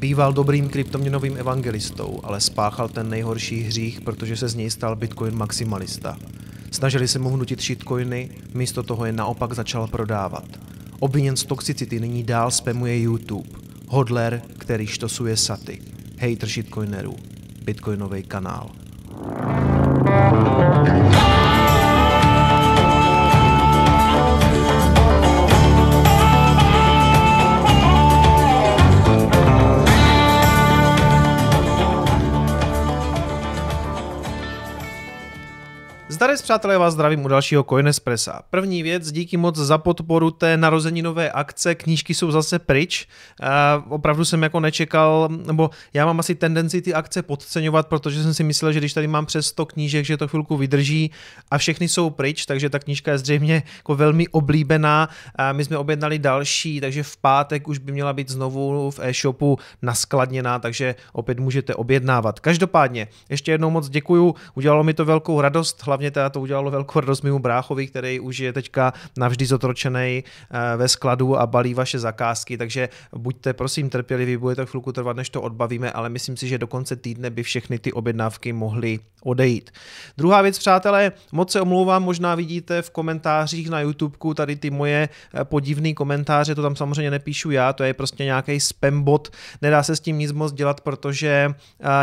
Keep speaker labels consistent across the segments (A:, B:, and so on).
A: Býval dobrým kryptoměnovým evangelistou, ale spáchal ten nejhorší hřích, protože se z něj stal Bitcoin maximalista. Snažili se mu vnutit shitcoiny, místo toho je naopak začal prodávat. Obviněn z toxicity nyní dál spamuje YouTube. Hodler, který štosuje saty. Hater shitcoinerů. Bitcoinový kanál. Zdarec, přátelé, vás zdravím u dalšího Coinespressa. První věc, díky moc za podporu té narozeninové akce, knížky jsou zase pryč. Opravdu jsem jako nečekal, nebo já mám asi tendenci ty akce podceňovat, protože jsem si myslel, že když tady mám přes 100 knížek, že to chvilku vydrží a všechny jsou pryč, takže ta knížka je zřejmě jako velmi oblíbená. My jsme objednali další, takže v pátek už by měla být znovu v e-shopu naskladněná, takže opět můžete objednávat. Každopádně, ještě jednou moc děkuju, udělalo mi to velkou radost, hlavně teda to udělalo velkou radost mému bráchovi, který už je teďka navždy zotročený ve skladu a balí vaše zakázky, takže buďte prosím trpěliví, bude to chvilku trvat, než to odbavíme, ale myslím si, že do konce týdne by všechny ty objednávky mohly odejít. Druhá věc, přátelé, moc se omlouvám, možná vidíte v komentářích na YouTubeku tady ty moje podivný komentáře, to tam samozřejmě nepíšu já, to je prostě nějaký spam bot, nedá se s tím nic moc dělat, protože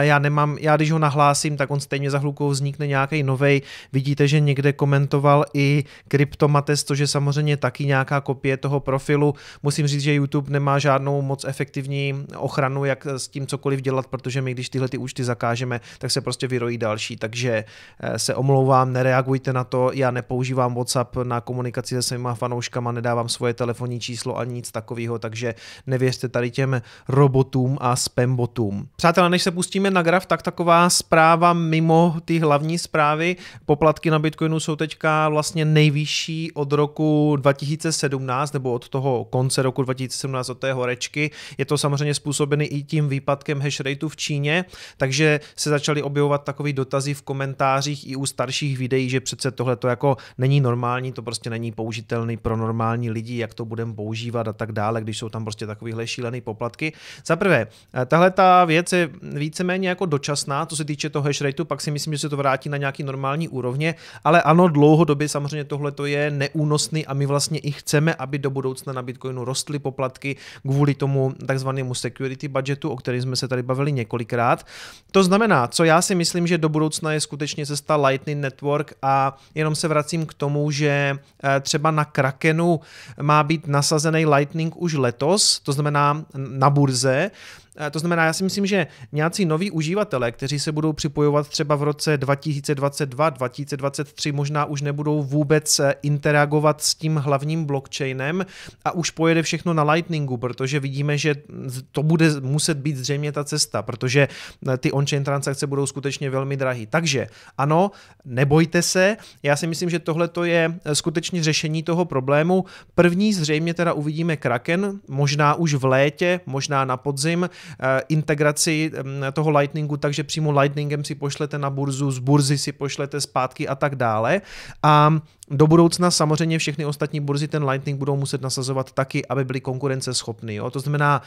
A: já když ho nahlásím, tak on stejně za chvilku vznikne nějaký novej. Vidíte, že někde komentoval i Kryptomates, což je samozřejmě taky nějaká kopie toho profilu. Musím říct, že YouTube nemá žádnou moc efektivní ochranu, jak s tím cokoliv dělat, protože my, když tyhle ty účty zakážeme, tak se prostě vyrojí další. Takže se omlouvám, nereagujte na to. Já nepoužívám WhatsApp na komunikaci se svýma fanouškama, nedávám svoje telefonní číslo ani nic takového, takže nevěřte tady těm robotům a spambotům. Přátelé, než se pustíme na graf, tak taková zpráva mimo ty hlavní zprávy. Poplatky na Bitcoinu jsou teďka vlastně nejvyšší od roku 2017, nebo od toho konce roku 2017, od té horečky. Je to samozřejmě způsobený i tím výpadkem hashrateu v Číně, takže se začaly objevovat takový dotazy v komentářích i u starších videí, že přece tohle to jako není normální, to prostě není použitelný pro normální lidi, jak to budeme používat a tak dále, když jsou tam prostě takovýhle šílený poplatky. Za prvé, tahle ta věc je víceméně jako dočasná, co se týče toho hashrateu, pak si myslím, že se to vrátí na nějaký normální úrovně, ale ano, dlouhodobě samozřejmě tohle to je neúnosný a my vlastně i chceme, aby do budoucna na Bitcoinu rostly poplatky kvůli tomu takzvanému security budgetu, o kterém jsme se tady bavili několikrát. To znamená, co já si myslím, že do budoucna je skutečně cesta Lightning Network a jenom se vracím k tomu, že třeba na Krakenu má být nasazený Lightning už letos, to znamená na burze. To znamená, já si myslím, že nějací noví uživatelé, kteří se budou připojovat třeba v roce 2022, 2023, možná už nebudou vůbec interagovat s tím hlavním blockchainem a už pojede všechno na Lightningu, protože vidíme, že to bude muset být zřejmě ta cesta, protože ty on-chain transakce budou skutečně velmi drahý. Takže ano, nebojte se, já si myslím, že tohle to je skutečně řešení toho problému. První zřejmě teda uvidíme Kraken, možná už v létě, možná na podzim, integraci toho Lightningu, takže přímo Lightningem si pošlete na burzu, z burzy si pošlete zpátky a tak dále. A do budoucna samozřejmě všechny ostatní burzy ten Lightning budou muset nasazovat taky, aby byly konkurenceschopný. Jo? To znamená,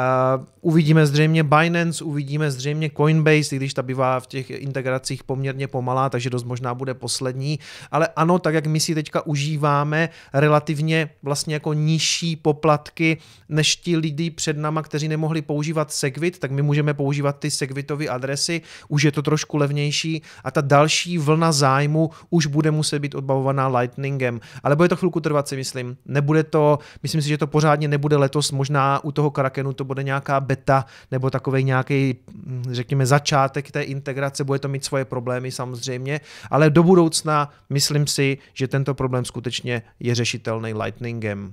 A: uvidíme zřejmě Binance, uvidíme zřejmě Coinbase, i když ta bývá v těch integracích poměrně pomalá, takže dost možná bude poslední. Ale ano, tak jak my si teďka užíváme relativně vlastně jako nižší poplatky než ti lidi před náma, kteří nemohli používat Segwit, tak my můžeme používat ty Segwitovy adresy, už je to trošku levnější a ta další vlna zájmu už bude muset být odbavovaná Lightningem, ale bude to chvilku trvat, si myslím. Nebude to, myslím si, že to pořádně nebude letos, možná u toho Krakenu to bude nějaká beta nebo takovej nějaký, řekněme, začátek té integrace, bude to mít svoje problémy samozřejmě, ale do budoucna myslím si, že tento problém skutečně je řešitelný Lightningem.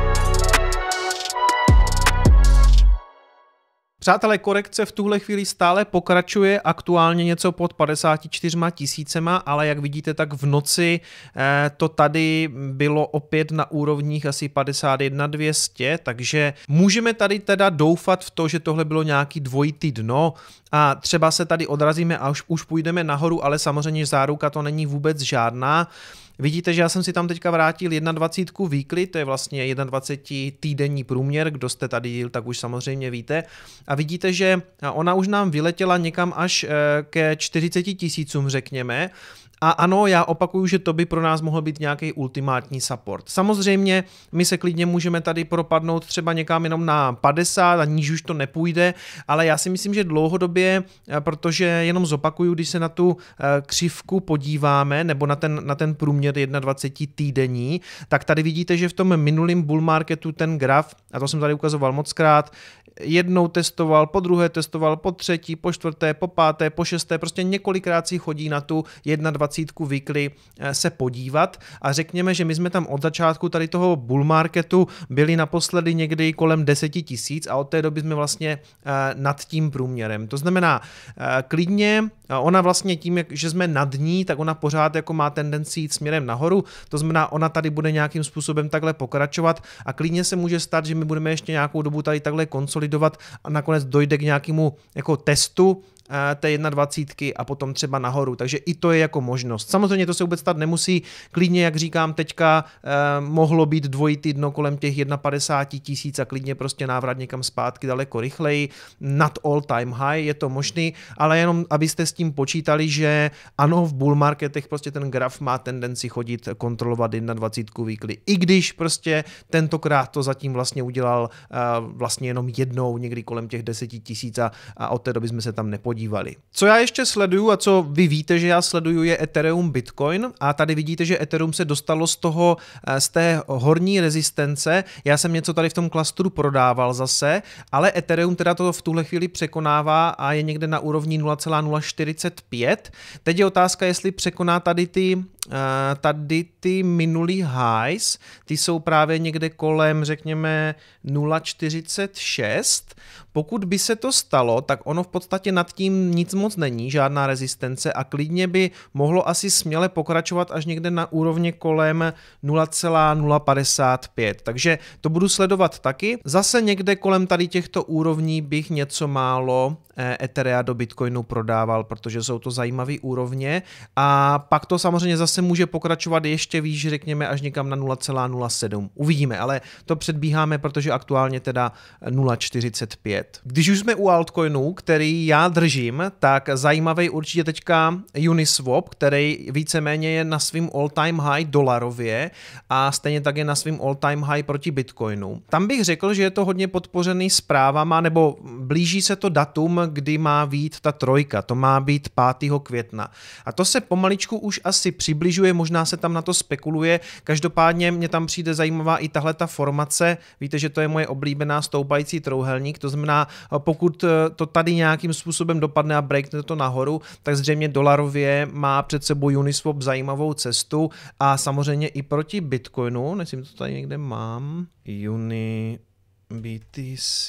A: Přátelé, korekce v tuhle chvíli stále pokračuje, aktuálně něco pod 54 000, ale jak vidíte, tak v noci to tady bylo opět na úrovních asi 51 200, takže můžeme tady teda doufat v to, že tohle bylo nějaký dvojitý dno a třeba se tady odrazíme a už půjdeme nahoru, ale samozřejmě záruka to není vůbec žádná. Vidíte, že já jsem si tam teďka vrátil 21 weekly, to je vlastně 21 týdenní průměr, kdo jste tady, tak už samozřejmě víte. A vidíte, že ona už nám vyletěla někam až ke 40 000, řekněme. A ano, já opakuju, že to by pro nás mohl být nějaký ultimátní support. Samozřejmě my se klidně můžeme tady propadnout třeba někam jenom na 50 a níž už to nepůjde, ale já si myslím, že dlouhodobě, protože jenom zopakuju, když se na tu křivku podíváme, nebo na ten průměr 21 týdenní, tak tady vidíte, že v tom minulém bull marketu ten graf, a to jsem tady ukazoval mockrát, jednou testoval, po druhé testoval, po třetí, po čtvrté, po páté, po šesté, prostě několikrát si chodí na tu 21 weekly se podívat a řekněme, že my jsme tam od začátku tady toho bull marketu byli naposledy někdy kolem 10 000 a od té doby jsme vlastně nad tím průměrem. To znamená, klidně ona vlastně tím, že jsme nad ní, tak ona pořád jako má tendenci jít směrem nahoru, to znamená, ona tady bude nějakým způsobem takhle pokračovat a klidně se může stát, že my budeme ještě nějakou dobu tady takhle konsolidovat a nakonec dojde k nějakému jako testu té 21 a potom třeba nahoru, takže i to je jako možnost. Samozřejmě to se vůbec stát nemusí, klidně, jak říkám teďka, mohlo být dvojitý dno kolem těch 51 000 a klidně prostě návrat někam zpátky daleko rychleji, nad all time high, je to možný, ale jenom abyste s tím počítali, že ano, v bull marketech prostě ten graf má tendenci chodit kontrolovat 21 weekly, i když prostě tentokrát to zatím vlastně udělal vlastně jenom jednou, někdy kolem těch 10 000 a od té doby jsme se tam nepodívali. Co já ještě sleduju a co vy víte, že já sleduju, je Ethereum, Bitcoin a tady vidíte, že Ethereum se dostalo z té horní rezistence. Já jsem něco tady v tom klastru prodával zase, ale Ethereum teda to v tuhle chvíli překonává a je někde na úrovni 0,045. Teď je otázka, jestli překoná tady ty minulý highs, ty jsou právě někde kolem, řekněme, 0,46. Pokud by se to stalo, tak ono v podstatě nad tím nic moc není, žádná rezistence a klidně by mohlo asi směle pokračovat až někde na úrovni kolem 0,055. Takže to budu sledovat taky. Zase někde kolem tady těchto úrovní bych něco málo Etherea do Bitcoinu prodával, protože jsou to zajímavé úrovně a pak to samozřejmě zase může pokračovat ještě výš, řekněme až někam na 0,07. Uvidíme, ale to předbíháme, protože aktuálně teda 0,45. Když už jsme u altcoinů, který já držím, tak zajímavý určitě teďka Uniswap, který víceméně je na svým all-time high dolarově a stejně tak je na svým all-time high proti Bitcoinu. Tam bych řekl, že je to hodně podpořený zprávama, nebo blíží se to datum, kdy má vyjít ta trojka, to má být 5. května. A to se pomaličku už asi přibližuje, možná se tam na to spekuluje, každopádně mě tam přijde zajímavá i tahle ta formace, víte, že to je moje oblíbená stoupající trouhelník, to znamená, pokud to tady nějakým způsobem dopadne a breakne to nahoru, tak zřejmě dolarově má před sebou Uniswap zajímavou cestu a samozřejmě i proti Bitcoinu, nevím, to tady někde mám, BTC.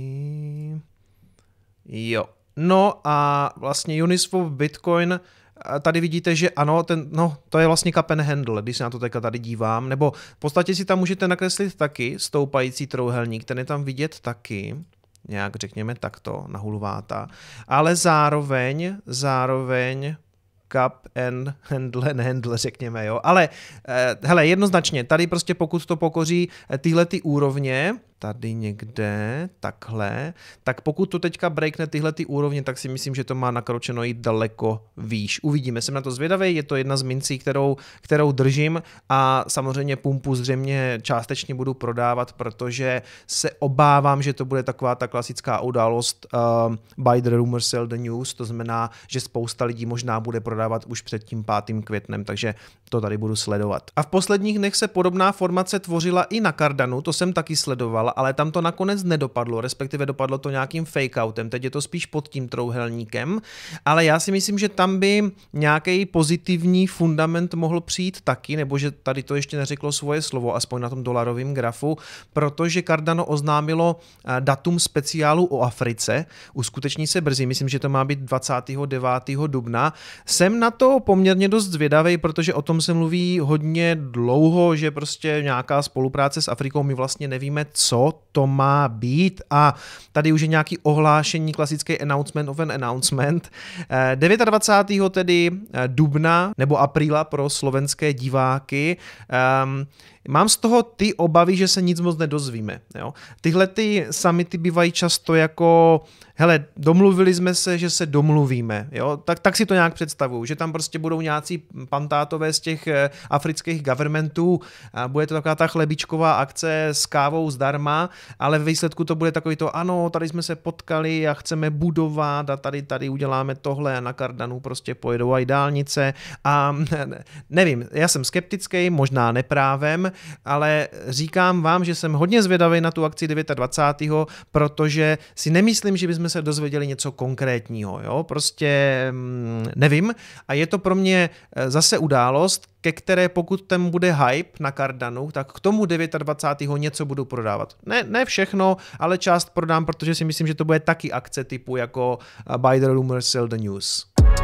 A: Jo. No a vlastně Uniswap Bitcoin, tady vidíte, že ano, to je vlastně cup and handle, když se na to teďka tady dívám, nebo v podstatě si tam můžete nakreslit taky stoupající trouhelník, ten je tam vidět taky, nějak řekněme takto, na hulváta, ale zároveň cup and handle, řekněme, jo. Ale hele, jednoznačně, tady prostě pokud to pokoří tyhle ty úrovně, tady někde, takhle, tak pokud to teďka breakne tyhle ty úrovně, tak si myslím, že to má nakročeno jít daleko výš. Uvidíme, jsem na to zvědavý, je to jedna z mincí, kterou držím a samozřejmě pumpu zřejmě částečně budu prodávat, protože se obávám, že to bude taková ta klasická událost buy the rumor, sell the news, to znamená, že spousta lidí možná bude prodávat už před tím 5. květnem, takže to tady budu sledovat. A v posledních dnech se podobná formace tvořila i na Cardanu, to jsem taky sledoval, ale tam to nakonec nedopadlo, respektive dopadlo to nějakým fakeoutem, teď je to spíš pod tím trouhelníkem, ale já si myslím, že tam by nějaký pozitivní fundament mohl přijít taky, nebo že tady to ještě neřeklo svoje slovo, aspoň na tom dolarovém grafu, protože Cardano oznámilo datum speciálu o Africe, uskuteční se brzy, myslím, že to má být 29. dubna. Jsem na to poměrně dost zvědavý, protože o tom se mluví hodně dlouho, že prostě nějaká spolupráce s Afrikou, my vlastně nevíme co, co to má být a tady už je nějaký ohlášení, klasický announcement of an announcement. 29. tedy dubna nebo apríla pro slovenské diváky. Mám z toho ty obavy, že se nic moc nedozvíme. Jo? Tyhle ty summity bývají často jako, hele, domluvili jsme se, že se domluvíme. Jo? Tak si to nějak představuju, že tam prostě budou nějací pantátové z těch afrických governmentů, a bude to taková ta chlebičková akce s kávou zdarma, ale ve výsledku to bude takový to, ano, tady jsme se potkali a chceme budovat a tady uděláme tohle a na Kardanu prostě pojedou aj dálnice a nevím, já jsem skeptický, možná neprávem, ale říkám vám, že jsem hodně zvědavý na tu akci 29. protože si nemyslím, že bychom se dozvěděli něco konkrétního, jo? Prostě nevím a je to pro mě zase událost, ke které pokud tam bude hype na Cardanu, tak k tomu 29. něco budu prodávat. Ne všechno, ale část prodám, protože si myslím, že to bude taky akce typu jako buy the rumor, sell the news.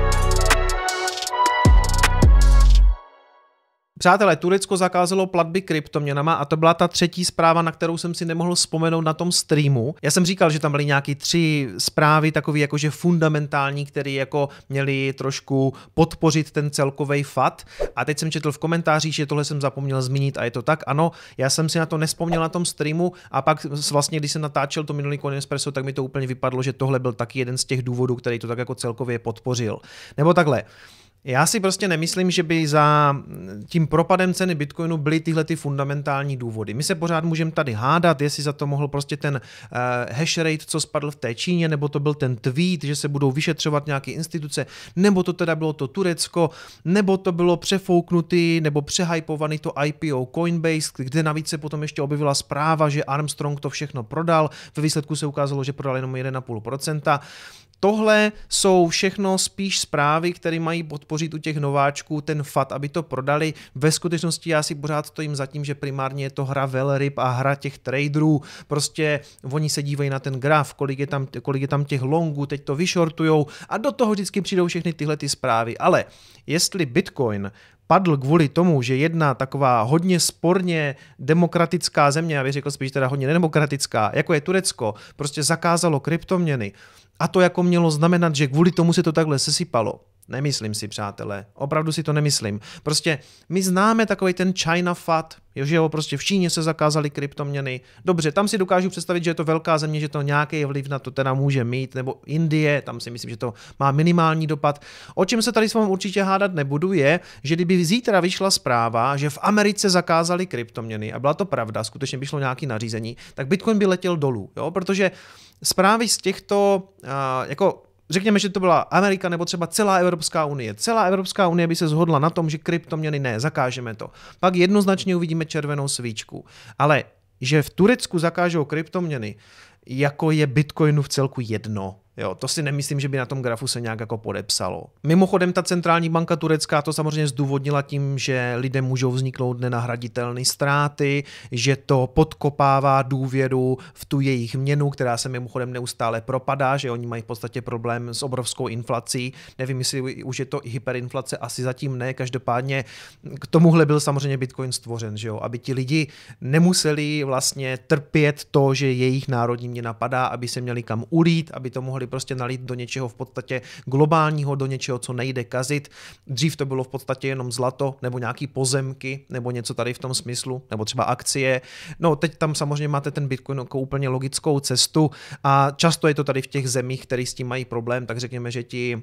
A: Přátelé, Turecko zakázalo platby kryptoměnama a to byla ta třetí zpráva, na kterou jsem si nemohl vzpomenout na tom streamu. Já jsem říkal, že tam byly nějaký 3 zprávy takový jakože fundamentální, které jako měly trošku podpořit ten celkový FAT. A teď jsem četl v komentářích, že tohle jsem zapomněl zmínit a je to tak. Ano, já jsem si na to nespomněl na tom streamu a pak vlastně, když jsem natáčel to minulý Coinespresso, tak mi to úplně vypadlo, že tohle byl taky jeden z těch důvodů, který to tak jako celkově podpořil. Nebo takhle. Já si prostě nemyslím, že by za tím propadem ceny Bitcoinu byly tyhle ty fundamentální důvody. My se pořád můžeme tady hádat, jestli za to mohl prostě ten hash rate, co spadl v té Číně, nebo to byl ten tweet, že se budou vyšetřovat nějaké instituce, nebo to teda bylo to Turecko, nebo to bylo přefouknutý nebo přehypovaný to IPO Coinbase, kde navíc se potom ještě objevila zpráva, že Armstrong to všechno prodal, ve výsledku se ukázalo, že prodal jenom 1,5%. Tohle jsou všechno spíš zprávy, které mají podpořit u těch nováčků ten FAT, aby to prodali. Ve skutečnosti já si pořád stojím za tím, že primárně je to hra velryb a hra těch traderů. Prostě oni se dívají na ten graf, kolik je tam těch longů, teď to vyshortujou a do toho vždycky přijdou všechny tyhle ty zprávy. Ale jestli Bitcoin padl kvůli tomu, že jedna taková hodně sporně demokratická země, já bych řekl spíš teda hodně nedemokratická, jako je Turecko, prostě zakázalo kryptoměny, a to jako mělo znamenat, že kvůli tomu se to takhle sesypalo. Nemyslím si, přátelé. Opravdu si to nemyslím. Prostě my známe takový ten China FAT, že jo, prostě v Číně se zakázaly kryptoměny. Dobře, tam si dokážu představit, že je to velká země, že to nějaký vliv na to teda může mít, nebo Indie, tam si myslím, že to má minimální dopad. O čem se tady s vámi určitě hádat nebudu, je, že kdyby zítra vyšla zpráva, že v Americe zakázali kryptoměny, a byla to pravda, skutečně by šlo nějaký nařízení, tak Bitcoin by letěl dolů, jo, protože zprávy z těchto, jako řekněme, že to byla Amerika nebo třeba celá Evropská unie. Celá Evropská unie by se shodla na tom, že kryptoměny ne, zakážeme to. Pak jednoznačně uvidíme červenou svíčku. Ale že v Turecku zakážou kryptoměny, jako je Bitcoinu v celku jedno. Jo, to si nemyslím, že by na tom grafu se nějak jako podepsalo. Mimochodem ta centrální banka turecká to samozřejmě zdůvodnila tím, že lidem můžou vzniknout nenahraditelné ztráty, že to podkopává důvěru v tu jejich měnu, která se mimochodem neustále propadá, že oni mají v podstatě problém s obrovskou inflací. Nevím, jestli už je to hyperinflace, asi zatím ne, každopádně k tomuhle byl samozřejmě Bitcoin stvořen, že jo, aby ti lidi nemuseli vlastně trpět to, že jejich národní měna padá, aby se měli kam ulít, aby to mohli prostě nalít do něčeho v podstatě globálního, do něčeho, co nejde kazit. Dřív to bylo v podstatě jenom zlato nebo nějaký pozemky nebo něco tady v tom smyslu, nebo třeba akcie. No teď tam samozřejmě máte ten Bitcoin jako úplně logickou cestu a často je to tady v těch zemích, které s tím mají problém, tak řekněme, že ti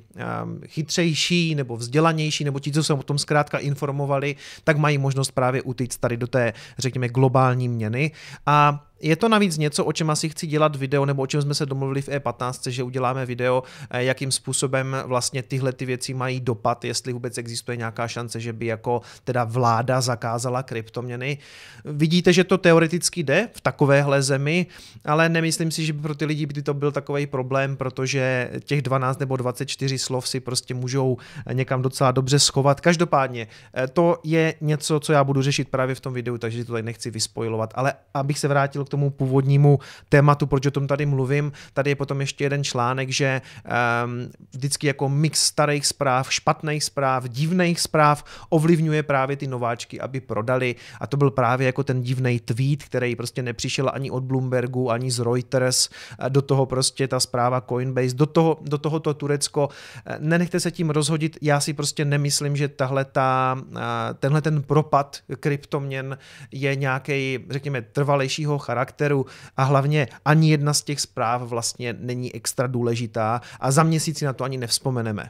A: chytřejší nebo vzdělanější nebo ti, co se o tom zkrátka informovali, tak mají možnost právě utíct tady do té, řekněme, globální měny. A je to navíc něco, o čem asi chci dělat video, nebo o čem jsme se domluvili v E15, že uděláme video, jakým způsobem vlastně tyhle ty věci mají dopad, jestli vůbec existuje nějaká šance, že by jako teda vláda zakázala kryptoměny. Vidíte, že to teoreticky jde v takovéhle zemi, ale nemyslím si, že by pro ty lidi by to byl takový problém, protože těch 12 nebo 24 slov si prostě můžou někam docela dobře schovat. Každopádně to je něco, co já budu řešit právě v tom videu, takže to tady nechci vyspojovat, ale abych se vrátil k tomu původnímu tématu, proč o tom tady mluvím. Tady je potom ještě jeden článek, že vždycky jako mix starých zpráv, špatných zpráv, divných zpráv ovlivňuje právě ty nováčky, aby prodali, a to byl právě jako ten divný tweet, který prostě nepřišel ani od Bloombergu, ani z Reuters, do toho prostě ta zpráva Coinbase, do tohoto Turecko. Nenechte se tím rozhodit, já si prostě nemyslím, že tenhle ten propad kryptoměn je nějaký, řekněme, trvalejšího charakteru a hlavně ani jedna z těch zpráv vlastně není extra důležitá a za měsíc si na to ani nevzpomeneme.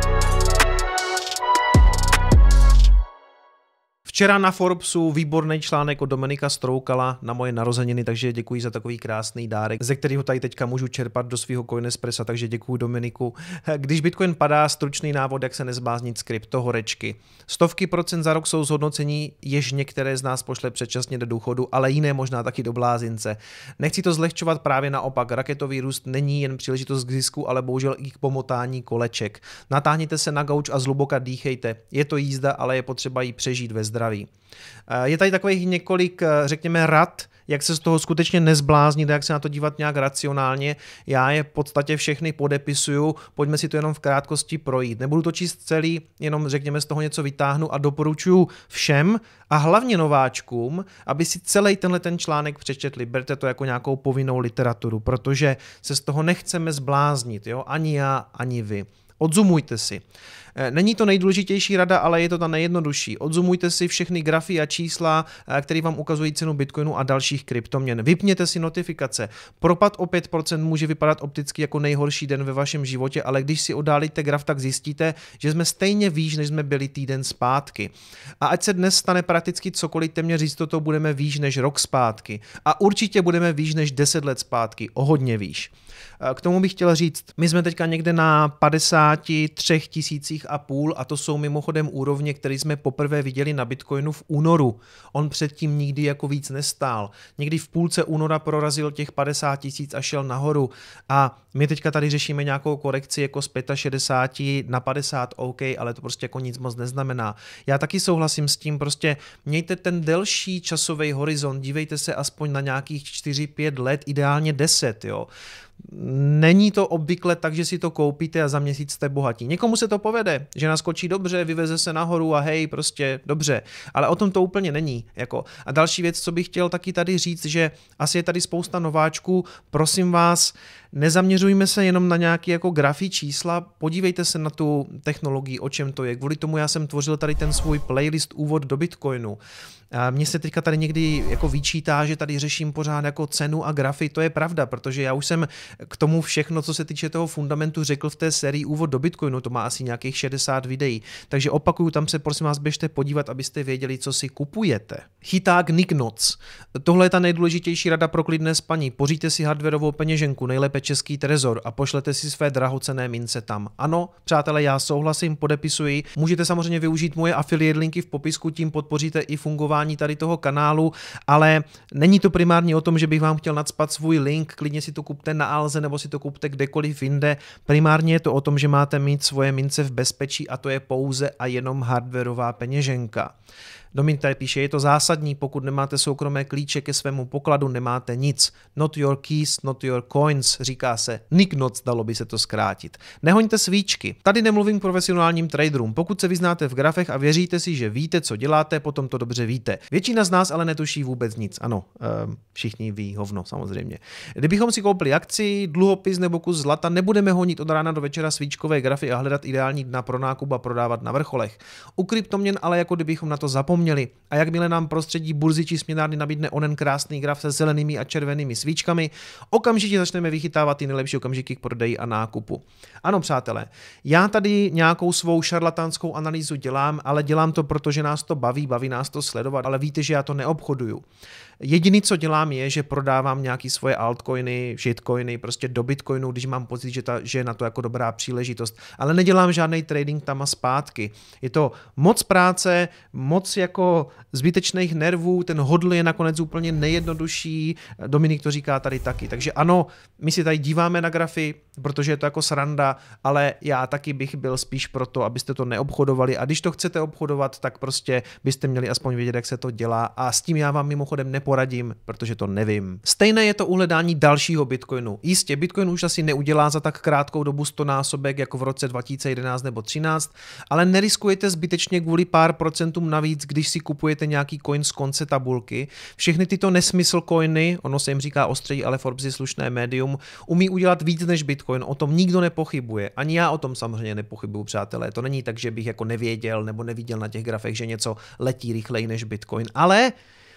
A: Včera na Forbesu výborný článek od Dominika Stroukala na moje narozeniny, takže děkuji za takový krásný dárek, ze kterého tady teďka můžu čerpat do svého Coinespressa, takže děkuji Dominiku. Když Bitcoin padá, stručný návod, jak se nezbláznit z kryptohorečky. Stovky procent za rok jsou zhodnocení, jež některé z nás pošle předčasně do důchodu, ale jiné možná taky do blázince. Nechci to zlehčovat, právě naopak, raketový růst není jen příležitost k zisku, ale bohužel i k pomotání koleček. Natáhněte se na gauč a zhluboka dýchejte. Je to jízda, ale je potřeba ji přežít ve zdraví. Je tady takových několik, řekněme, rad, jak se z toho skutečně nezbláznit, jak se na to dívat nějak racionálně. Já je v podstatě všechny podepisuju, pojďme si to jenom v krátkosti projít. Nebudu to číst celý, jenom řekněme z toho něco vytáhnu a doporučuji všem a hlavně nováčkům, aby si celý ten článek přečetli. Berte to jako nějakou povinnou literaturu, protože se z toho nechceme zbláznit, jo? Ani já, ani vy. Odzumujte si. Není to nejdůležitější rada, ale je to ta nejjednodušší. Odzumujte si všechny grafy a čísla, které vám ukazují cenu Bitcoinu a dalších kryptoměn. Vypněte si notifikace. Propad o 5% může vypadat opticky jako nejhorší den ve vašem životě, ale když si oddálíte graf, tak zjistíte, že jsme stejně výš, než jsme byli týden zpátky. A ať se dnes stane prakticky cokoliv, téměř jistotou budeme výš než rok zpátky. A určitě budeme výš než 10 let zpátky. O hodně výš. K tomu bych chtěl říct, my jsme teďka někde na 53 500 a to jsou mimochodem úrovně, které jsme poprvé viděli na Bitcoinu v únoru. On předtím nikdy jako víc nestál. Někdy v půlce února prorazil těch 50 000 a šel nahoru a my teďka tady řešíme nějakou korekci jako z 65 na 50, OK, ale to prostě jako nic moc neznamená. Já taky souhlasím s tím, prostě mějte ten delší časový horizont, dívejte se aspoň na nějakých 4-5 let, ideálně 10, jo. Není to obvykle tak, že si to koupíte a za měsíc jste bohatí. Někomu se to povede, že naskočí dobře, vyveze se nahoru a hej, prostě dobře. Ale o tom to úplně není. Jako. A další věc, co bych chtěl taky tady říct, že asi je tady spousta nováčků, prosím vás, nezaměřujme se jenom na nějaké jako grafy, čísla, podívejte se na tu technologii, o čem to je. Kvůli tomu já jsem tvořil tady ten svůj playlist Úvod do Bitcoinu. Mně se teďka tady někdy jako vyčítá, že tady řeším pořád jako cenu a grafy, to je pravda, protože já už jsem k tomu všechno, co se týče toho fundamentu, řekl v té sérii Úvod do Bitcoinu, to má asi nějakých 60 videí, takže opakuju, tam se prosím vás běžte podívat, abyste věděli, co si kupujete. Chyták Nicknots. Tohle je ta nejdůležitější rada pro klidné spaní. Poříďte si hardwarovou peněženku, nejlépe český trezor a pošlete si své drahocenné mince tam. Ano, přátelé, já souhlasím, podepisuji. Můžete samozřejmě využít moje affiliate linky v popisku, tím podpoříte i fungování tady toho kanálu, ale není to primárně o tom, že bych vám chtěl nacpat svůj link, klidně si to kupte na Alze nebo si to kupte kdekoliv jinde. Primárně je to o tom, že máte mít svoje mince v bezpečí a to je pouze a jenom hardwarová peněženka. Dominik tady píše, je to zásadní, pokud nemáte soukromé klíče ke svému pokladu, nemáte nic. Not your keys, not your coins, říká se. Nicknots, dalo by se to zkrátit. Nehoňte svíčky. Tady nemluvím k profesionálním traderům. Pokud se vyznáte v grafech a věříte si, že víte, co děláte, potom to dobře víte. Většina z nás ale netuší vůbec nic. Ano, všichni ví hovno, samozřejmě. Kdybychom si koupili akci, dluhopis nebo kus zlata, nebudeme honit od rána do večera svíčkové grafy a hledat ideální dna pro nákup a prodávat na vrcholech. U kryptoměn ale jako kdybychom na to zapomněli. A jakmile nám prostředí burzy či směnárny nabídne onen krásný graf se zelenými a červenými svíčkami, okamžitě začneme vychytávat ty nejlepší okamžiky k prodeji a nákupu. Ano, přátelé, já tady nějakou svou šarlatánskou analýzu dělám, ale dělám to, protože nás to baví nás to sledovat, ale víte, že já to neobchoduju. Jediný, co dělám, je, že prodávám nějaký svoje altcoiny, shitcoiny, prostě do Bitcoinu, když mám pocit, že je na to jako dobrá příležitost. Ale nedělám žádný trading tam a zpátky. Je to moc práce, moc jako zbytečných nervů, ten hodl je nakonec úplně nejjednodušší, Dominik to říká tady taky. Takže ano, my si tady díváme na grafy, protože je to jako sranda, ale já taky bych byl spíš proto, abyste to neobchodovali a když to chcete obchodovat, tak prostě byste měli aspoň vědět, jak se to dělá a s tím já vám mimochodem neporadím, protože to nevím. Stejné je to u hledání dalšího Bitcoinu. Jistě, Bitcoin už asi neudělá za tak krátkou dobu 100násobek jako v roce 2011 nebo 13, ale neriskujete zbytečně kvůli pár procentům navíc, když si kupujete nějaký coin z konce tabulky. Všechny tyto nesmysl coiny, ono se jim říká ostřejí, ale Forbes je slušné médium, umí udělat víc než Bitcoin, o tom nikdo nepochybuje. Ani já o tom samozřejmě nepochybuju, přátelé. To není tak, že bych jako nevěděl nebo neviděl na těch grafech, že něco letí rychleji než Bitcoin, ale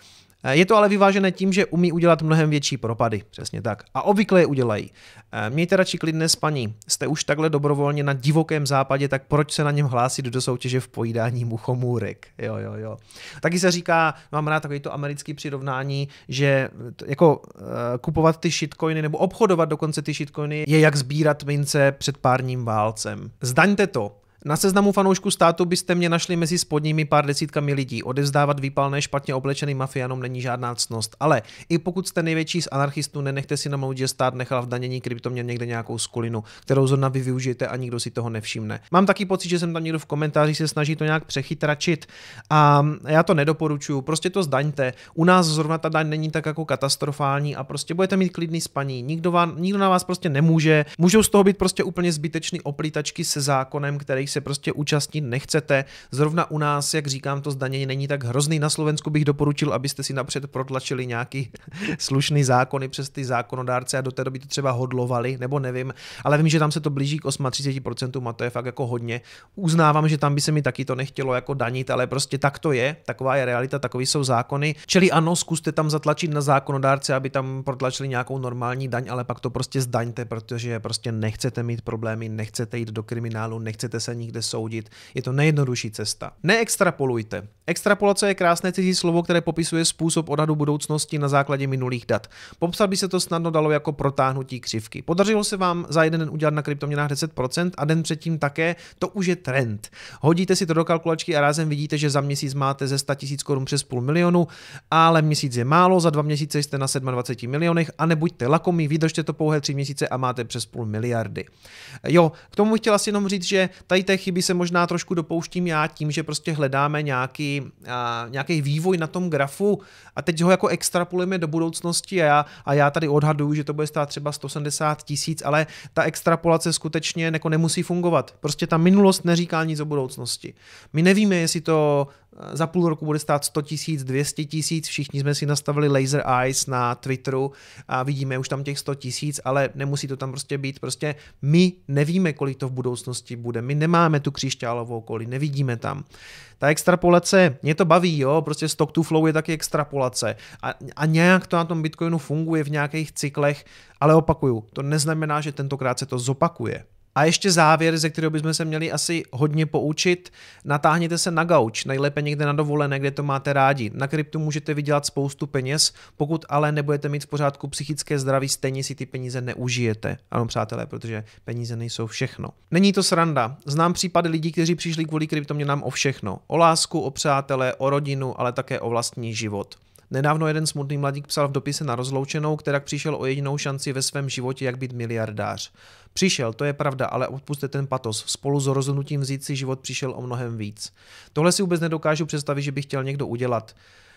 A: je to ale vyvážené tím, že umí udělat mnohem větší propady, přesně tak. A obvykle je udělají. Mějte radši klidné spaní. Jste už takhle dobrovolně na divokém západě, tak proč se na něm hlásit do soutěže v pojídání muchomůrek? Jo. Taky se říká, mám rád takovýto americký přirovnání, že jako kupovat ty shitcoiny nebo obchodovat dokonce ty shitcoiny je jak sbírat mince před párním válcem. Zdaňte to. Na seznamu fanoušků státu byste mě našli mezi spodními pár desítkami lidí. Odevzdávat výpalné špatně oblečeným mafiánům není žádná ctnost. Ale i pokud jste největší z anarchistů, nenechte si namluvit, že stát nechal v danění kryptoměn někde nějakou skulinu, kterou zrovna vy využijete a nikdo si toho nevšimne. Mám taky pocit, že jsem tam někdo v komentářích se snaží to nějak přechytračit a já to nedoporučuju. Prostě to zdaňte. U nás zrovna ta daň není tak jako katastrofální a prostě budete mít klidný spaní. Nikdo na vás prostě nemůže. Můžou z toho být prostě úplně zbytečný oplítačky se zákonem, který se prostě účastnit nechcete. Zrovna u nás, jak říkám, to zdanění není tak hrozný. Na Slovensku bych doporučil, abyste si napřed protlačili nějaký slušný zákony přes ty zákonodárce a do té doby to třeba hodlovali, nebo nevím, ale vím, že tam se to blíží k 38% a to je fakt jako hodně. Uznávám, že tam by se mi taky to nechtělo jako danit, ale prostě tak to je, taková je realita, takový jsou zákony. Čili ano, zkuste tam zatlačit na zákonodárce, aby tam protlačili nějakou normální daň, ale pak to prostě zdaňte, protože prostě nechcete mít problémy, nechcete jít do kriminálu, nechcete se nikde soudit. Je to nejjednodušší cesta. Neextrapolujte. Extrapolace je krásné cizí slovo, které popisuje způsob odhadu budoucnosti na základě minulých dat. Popsat by se to snadno dalo jako protáhnutí křivky. Podařilo se vám za jeden den udělat na kryptoměnách 10% a den předtím také, to už je trend. Hodíte si to do kalkulačky a rázem vidíte, že za měsíc máte ze 100 000 korun přes půl milionu, ale měsíc je málo, za 2 měsíce jste na 27 milionech a nebuďte lakomí, vydržte to pouhé 3 měsíce a máte přes půl miliardy. Jo, k tomu chtěla si jenom říct, že tady té chyby se možná trošku dopouštím já tím, že prostě hledáme nějaký vývoj na tom grafu a teď ho jako extrapolujeme do budoucnosti a já tady odhaduju, že to bude stát třeba 170 000, ale ta extrapolace skutečně jako nemusí fungovat. Prostě ta minulost neříká nic o budoucnosti. My nevíme, jestli to za půl roku bude stát 100 000, 200 000, všichni jsme si nastavili laser eyes na Twitteru a vidíme už tam těch 100 000, ale nemusí to tam prostě být. Prostě my nevíme, kolik to v budoucnosti bude. My nemáme tu křišťálovou kouli, nevidíme tam. Ta extrapolace, mě to baví, jo, prostě stock to flow je taky extrapolace a nějak to na tom Bitcoinu funguje v nějakých cyklech, ale opakuju, to neznamená, že tentokrát se to zopakuje. A ještě závěr, ze kterého bychom se měli asi hodně poučit, natáhněte se na gauč, nejlépe někde na dovolené, kde to máte rádi. Na kryptu můžete vydělat spoustu peněz, pokud ale nebudete mít v pořádku psychické zdraví, stejně si ty peníze neužijete. Ano, přátelé, protože peníze nejsou všechno. Není to sranda. Znám případy lidí, kteří přišli kvůli kryptoměnám o všechno. O lásku, o přátele, o rodinu, ale také o vlastní život. Nedávno jeden smutný mladík psal v dopise na rozloučenou, která přišel o jedinou šanci ve svém životě, jak být miliardář. Přišel, to je pravda, ale odpusťte ten patos. Spolu s rozhodnutím vzít si život přišel o mnohem víc. Tohle si vůbec nedokážu představit, že by chtěl někdo udělat.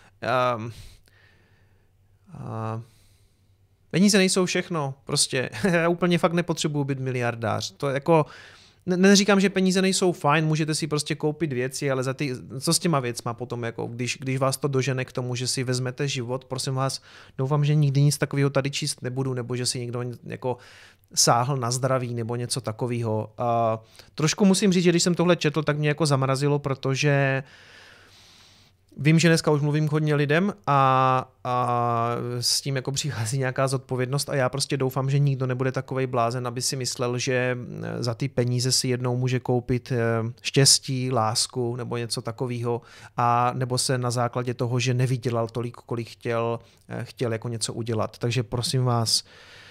A: Peníze nejsou všechno, prostě. Já úplně fakt nepotřebuju být miliardář. To jako... Neříkám, že peníze nejsou fajn, můžete si prostě koupit věci, ale co s těma věcma potom, jako když vás to dožene k tomu, že si vezmete život, prosím vás, doufám, že nikdy nic takového tady číst nebudu, nebo že si někdo jako sáhl na zdraví nebo něco takového. Trošku musím říct, že když jsem tohle četl, tak mě jako zamrazilo, protože vím, že dneska už mluvím k hodně lidem a s tím jako přichází nějaká zodpovědnost a já prostě doufám, že nikdo nebude takovej blázen, aby si myslel, že za ty peníze si jednou může koupit štěstí, lásku nebo něco takového a nebo se na základě toho, že nevydělal tolik, kolik chtěl jako něco udělat. Takže prosím vás,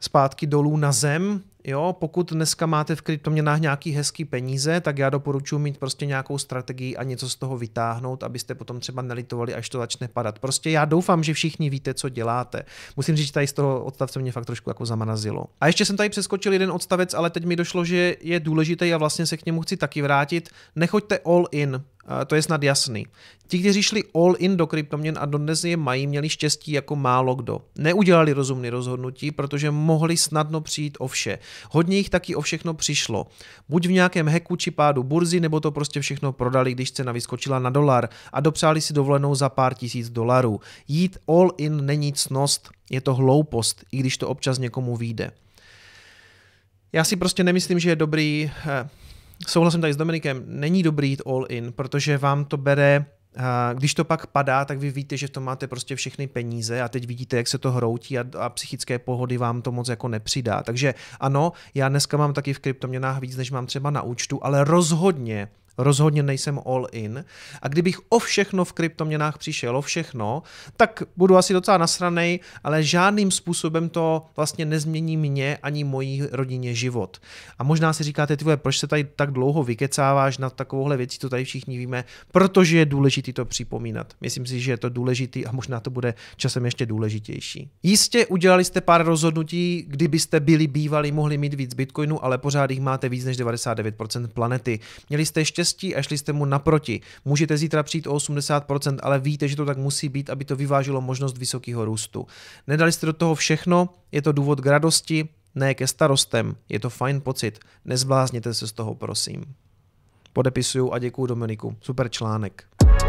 A: zpátky dolů na zem. Jo, pokud dneska máte v kryptoměnách nějaký hezký peníze, tak já doporučuji mít prostě nějakou strategii a něco z toho vytáhnout, abyste potom třeba nelitovali, až to začne padat. Prostě já doufám, že všichni víte, co děláte. Musím říct, že tady z toho odstavce mě fakt trošku jako zamrazilo. A ještě jsem tady přeskočil jeden odstavec, ale teď mi došlo, že je důležitý a vlastně se k němu chci taky vrátit. Nechoďte all in. To je snad jasný. Ti, kteří šli all in do kryptoměn a dodnes je mají, měli štěstí jako málo kdo. Neudělali rozumné rozhodnutí, protože mohli snadno přijít o vše. Hodně jich taky o všechno přišlo. Buď v nějakém hacku či pádu burzy, nebo to prostě všechno prodali, když cena vyskočila na dolar a dopřáli si dovolenou za pár tisíc dolarů. Jít all in není ctnost, je to hloupost, i když to občas někomu vyjde. Já si prostě nemyslím, že je dobrý... Souhlasím tady s Dominikem, není dobrý jít all in, protože vám to bere, když to pak padá, tak vy víte, že v tom máte prostě všechny peníze a teď vidíte, jak se to hroutí a psychické pohody vám to moc jako nepřidá. Takže ano, já dneska mám taky v kryptoměnách víc, než mám třeba na účtu, ale rozhodně nejsem all in a kdybych o všechno v kryptoměnách přišel, o všechno, tak budu asi docela nasranej, ale žádným způsobem to vlastně nezmění mě ani mojí rodině život. A možná si říkáte, ty vole, proč se tady tak dlouho vykecáváš na takovouhle věci, to tady všichni víme, protože je důležitý to připomínat. Myslím si, že je to důležitý a možná to bude časem ještě důležitější. Jistě udělali jste pár rozhodnutí, kdybyste bývali, mohli mít víc bitcoinu, ale pořád jich máte víc než 99% planety. Měli jste štěstí a šli jste mu naproti. Můžete zítra přijít o 80%, ale víte, že to tak musí být, aby to vyvážilo možnost vysokého růstu. Nedali jste do toho všechno, je to důvod k radosti, ne ke starostem, je to fajn pocit. Nezblázněte se z toho, prosím. Podepisuju a děkuju Dominiku. Super článek.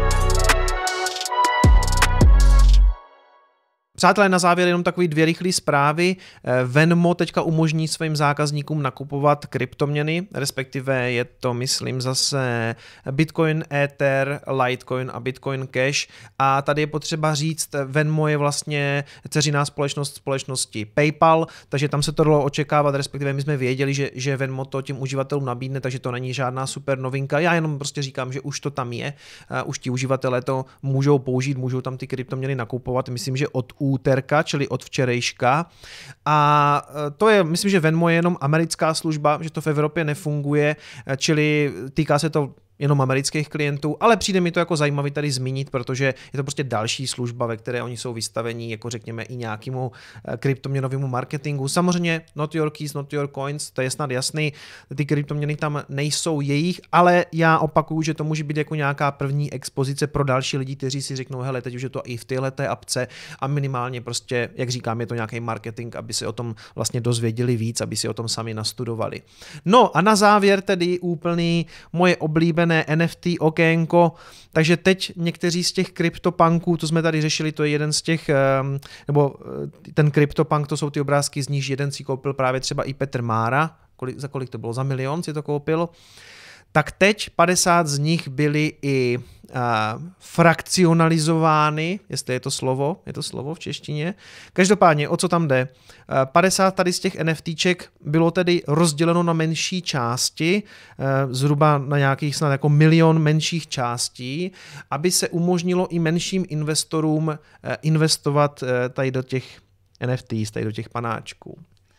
A: Přátelé, na závěr jenom takový 2 rychlé zprávy. Venmo teďka umožní svým zákazníkům nakupovat kryptoměny, respektive je to, myslím, zase Bitcoin, Ether, Litecoin a Bitcoin Cash. A tady je potřeba říct, Venmo je vlastně dceřiná společnost společnosti PayPal, takže tam se to dalo očekávat, respektive my jsme věděli, že Venmo to těm uživatelům nabídne, takže to není žádná super novinka. Já jenom prostě říkám, že už to tam je, už ti uživatelé to můžou použít, můžou tam ty kryptoměny nakupovat, myslím, že od úterka, čili od včerejška. A to je, myslím, že Venmo je jenom americká služba, že to v Evropě nefunguje, čili týká se to jenom amerických klientů, ale přijde mi to jako zajímavý tady zmínit, protože je to prostě další služba, ve které oni jsou vystavení, jako řekněme i nějakému kryptoměnovému marketingu. Samozřejmě not your keys, not your coins, to je snad jasný, ty kryptoměny tam nejsou jejich, ale já opakuju, že to může být jako nějaká první expozice pro další lidi, kteří si řeknou, hele, teď už je to i v téhleté apce a minimálně prostě, jak říkám, je to nějaký marketing, aby se o tom vlastně dozvěděli víc, aby si o tom sami nastudovali. No a na závěr tedy úplný moje oblíbené NFT okénko, takže teď někteří z těch CryptoPunků, to jsme tady řešili, to je jeden z těch, nebo ten CryptoPunk, to jsou ty obrázky, z níž jeden si koupil právě třeba i Petr Mára, za kolik to bylo, za 1 milion si to koupil, tak teď 50 z nich byly i frakcionalizovány, jestli je to slovo v češtině. Každopádně, o co tam jde? 50 tady z těch NFTček bylo tedy rozděleno na menší části, zhruba na nějakých snad jako 1 milion menších částí, aby se umožnilo i menším investorům investovat tady do těch NFTs, tady do těch panáčků.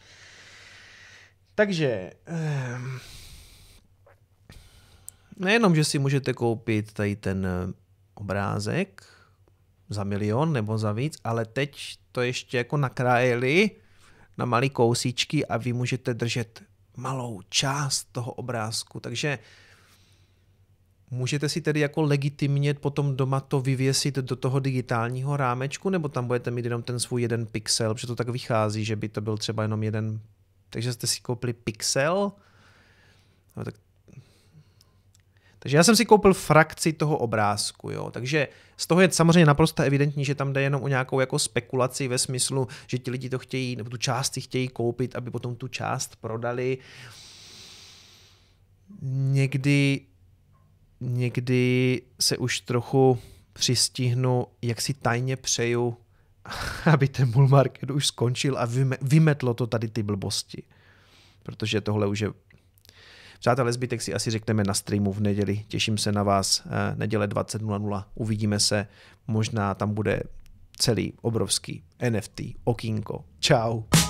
A: Takže... Nejenom, že si můžete koupit tady ten obrázek za 1 milion nebo za víc, ale teď to ještě jako nakrájeli na malý kousíčky a vy můžete držet malou část toho obrázku. Takže můžete si tedy jako legitimně potom doma to vyvěsit do toho digitálního rámečku, nebo tam budete mít jenom ten svůj 1 pixel, protože to tak vychází, že by to byl třeba jenom jeden. Takže jste si koupili pixel. No, takže já jsem si koupil frakci toho obrázku, jo. Takže z toho je samozřejmě naprosto evidentní, že tam jde jenom o nějakou jako spekulaci ve smyslu, že ti lidi to chtějí, nebo tu část si chtějí koupit, aby potom tu část prodali. Někdy se už trochu přistihnu, jak si tajně přeju, aby ten bull market už skončil a vymetlo to tady ty blbosti. Protože tohle už je... Přátelé, zbytek si asi řekneme na streamu v neděli. Těším se na vás. Neděle 20:00. Uvidíme se. Možná tam bude celý obrovský NFT okýnko. Čau.